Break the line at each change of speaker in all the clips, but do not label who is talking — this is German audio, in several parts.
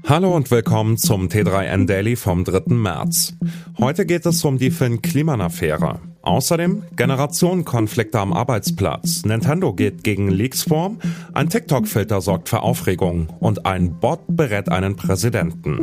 Hallo und willkommen zum T3N Daily vom 3. März. Heute geht es um die Finn-Kliman-Affäre. Außerdem Generationenkonflikte am Arbeitsplatz. Nintendo geht gegen Leaks vor, ein TikTok-Filter sorgt für Aufregung und ein Bot berät einen Präsidenten.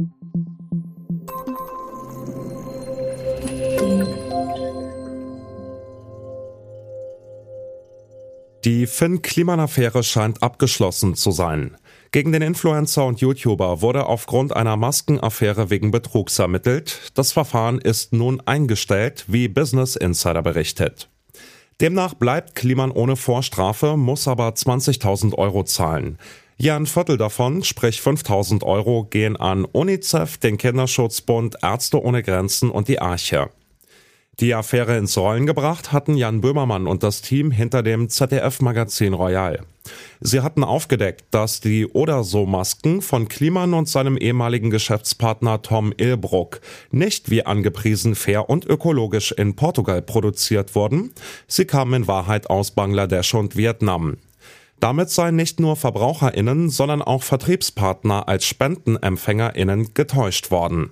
Die Finn-Kliman-Affäre scheint abgeschlossen zu sein. Gegen den Influencer und YouTuber wurde aufgrund einer Maskenaffäre wegen Betrugs ermittelt. Das Verfahren ist nun eingestellt, wie Business Insider berichtet. Demnach bleibt Kliman ohne Vorstrafe, muss aber 20.000 Euro zahlen. Ja, ein Viertel davon, sprich 5.000 Euro, gehen an UNICEF, den Kinderschutzbund, Ärzte ohne Grenzen und die Arche. Die Affäre ins Rollen gebracht hatten Jan Böhmermann und das Team hinter dem ZDF-Magazin Royal. Sie hatten aufgedeckt, dass die Oder-So-Masken von Kliman und seinem ehemaligen Geschäftspartner Tom Ilbruck nicht wie angepriesen fair und ökologisch in Portugal produziert wurden. Sie kamen in Wahrheit aus Bangladesch und Vietnam. Damit seien nicht nur VerbraucherInnen, sondern auch Vertriebspartner als SpendenempfängerInnen getäuscht worden.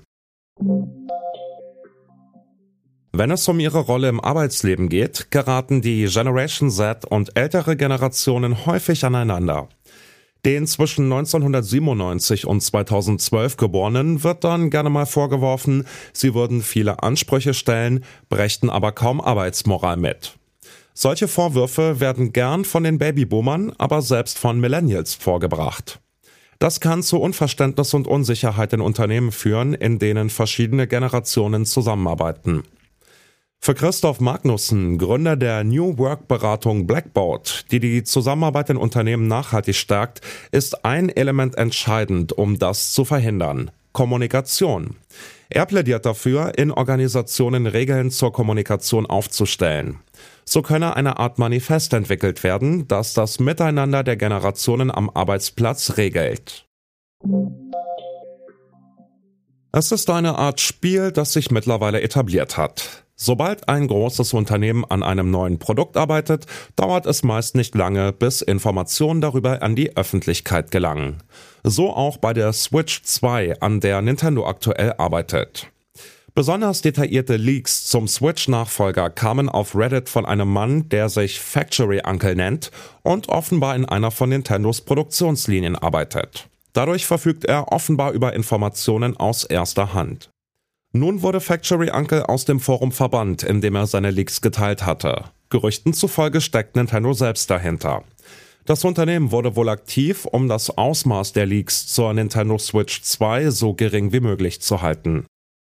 Wenn es um ihre Rolle im Arbeitsleben geht, geraten die Generation Z und ältere Generationen häufig aneinander. Den zwischen 1997 und 2012 Geborenen wird dann gerne mal vorgeworfen, sie würden viele Ansprüche stellen, brächten aber kaum Arbeitsmoral mit. Solche Vorwürfe werden gern von den Babyboomern, aber selbst von Millennials vorgebracht. Das kann zu Unverständnis und Unsicherheit in Unternehmen führen, in denen verschiedene Generationen zusammenarbeiten. Für Christoph Magnussen, Gründer der New Work-Beratung Blackboard, die die Zusammenarbeit in Unternehmen nachhaltig stärkt, ist ein Element entscheidend, um das zu verhindern: Kommunikation. Er plädiert dafür, in Organisationen Regeln zur Kommunikation aufzustellen. So könne eine Art Manifest entwickelt werden, das das Miteinander der Generationen am Arbeitsplatz regelt. Es ist eine Art Spiel, das sich mittlerweile etabliert hat. Sobald ein großes Unternehmen an einem neuen Produkt arbeitet, dauert es meist nicht lange, bis Informationen darüber an die Öffentlichkeit gelangen. So auch bei der Switch 2, an der Nintendo aktuell arbeitet. Besonders detaillierte Leaks zum Switch-Nachfolger kamen auf Reddit von einem Mann, der sich Factory Uncle nennt und offenbar in einer von Nintendos Produktionslinien arbeitet. Dadurch verfügt er offenbar über Informationen aus erster Hand. Nun wurde Factory Uncle aus dem Forum verbannt, in dem er seine Leaks geteilt hatte. Gerüchten zufolge steckt Nintendo selbst dahinter. Das Unternehmen wurde wohl aktiv, um das Ausmaß der Leaks zur Nintendo Switch 2 so gering wie möglich zu halten.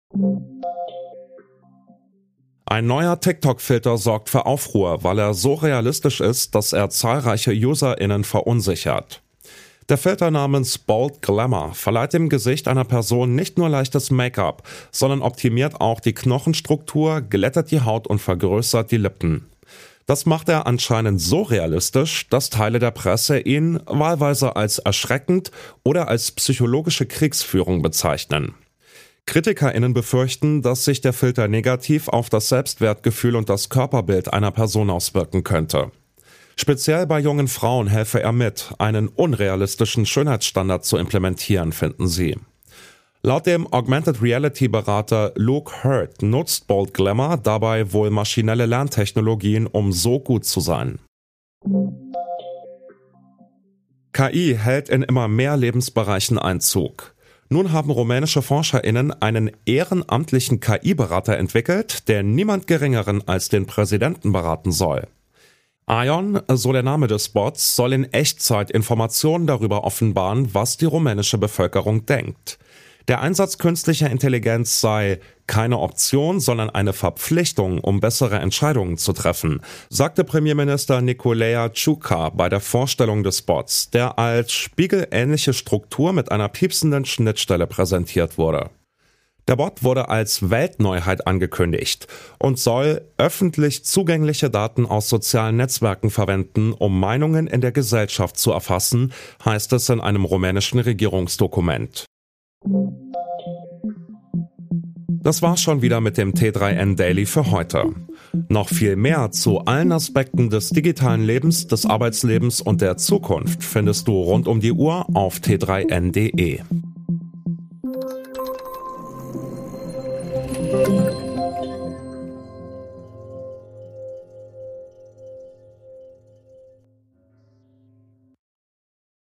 Ein neuer TikTok-Filter sorgt für Aufruhr, weil er so realistisch ist, dass er zahlreiche UserInnen verunsichert. Der Filter namens Bold Glamour verleiht dem Gesicht einer Person nicht nur leichtes Make-up, sondern optimiert auch die Knochenstruktur, glättet die Haut und vergrößert die Lippen. Das macht er anscheinend so realistisch, dass Teile der Presse ihn wahlweise als erschreckend oder als psychologische Kriegsführung bezeichnen. KritikerInnen befürchten, dass sich der Filter negativ auf das Selbstwertgefühl und das Körperbild einer Person auswirken könnte. Speziell bei jungen Frauen helfe er mit, einen unrealistischen Schönheitsstandard zu implementieren, finden sie. Laut dem Augmented Reality Berater Luke Hurt nutzt Bold Glamour dabei wohl maschinelle Lerntechnologien, um so gut zu sein. KI hält in immer mehr Lebensbereichen Einzug. Nun haben rumänische ForscherInnen einen ehrenamtlichen KI-Berater entwickelt, der niemand Geringeren als den Präsidenten beraten soll. Ion, so der Name des Bots, soll in Echtzeit Informationen darüber offenbaren, was die rumänische Bevölkerung denkt. Der Einsatz künstlicher Intelligenz sei keine Option, sondern eine Verpflichtung, um bessere Entscheidungen zu treffen, sagte Premierminister Nicolae Ciucă bei der Vorstellung des Bots, der als spiegelähnliche Struktur mit einer piepsenden Schnittstelle präsentiert wurde. Der Bot wurde als Weltneuheit angekündigt und soll öffentlich zugängliche Daten aus sozialen Netzwerken verwenden, um Meinungen in der Gesellschaft zu erfassen, heißt es in einem rumänischen Regierungsdokument. Das war's schon wieder mit dem T3N Daily für heute. Noch viel mehr zu allen Aspekten des digitalen Lebens, des Arbeitslebens und der Zukunft findest du rund um die Uhr auf t3n.de.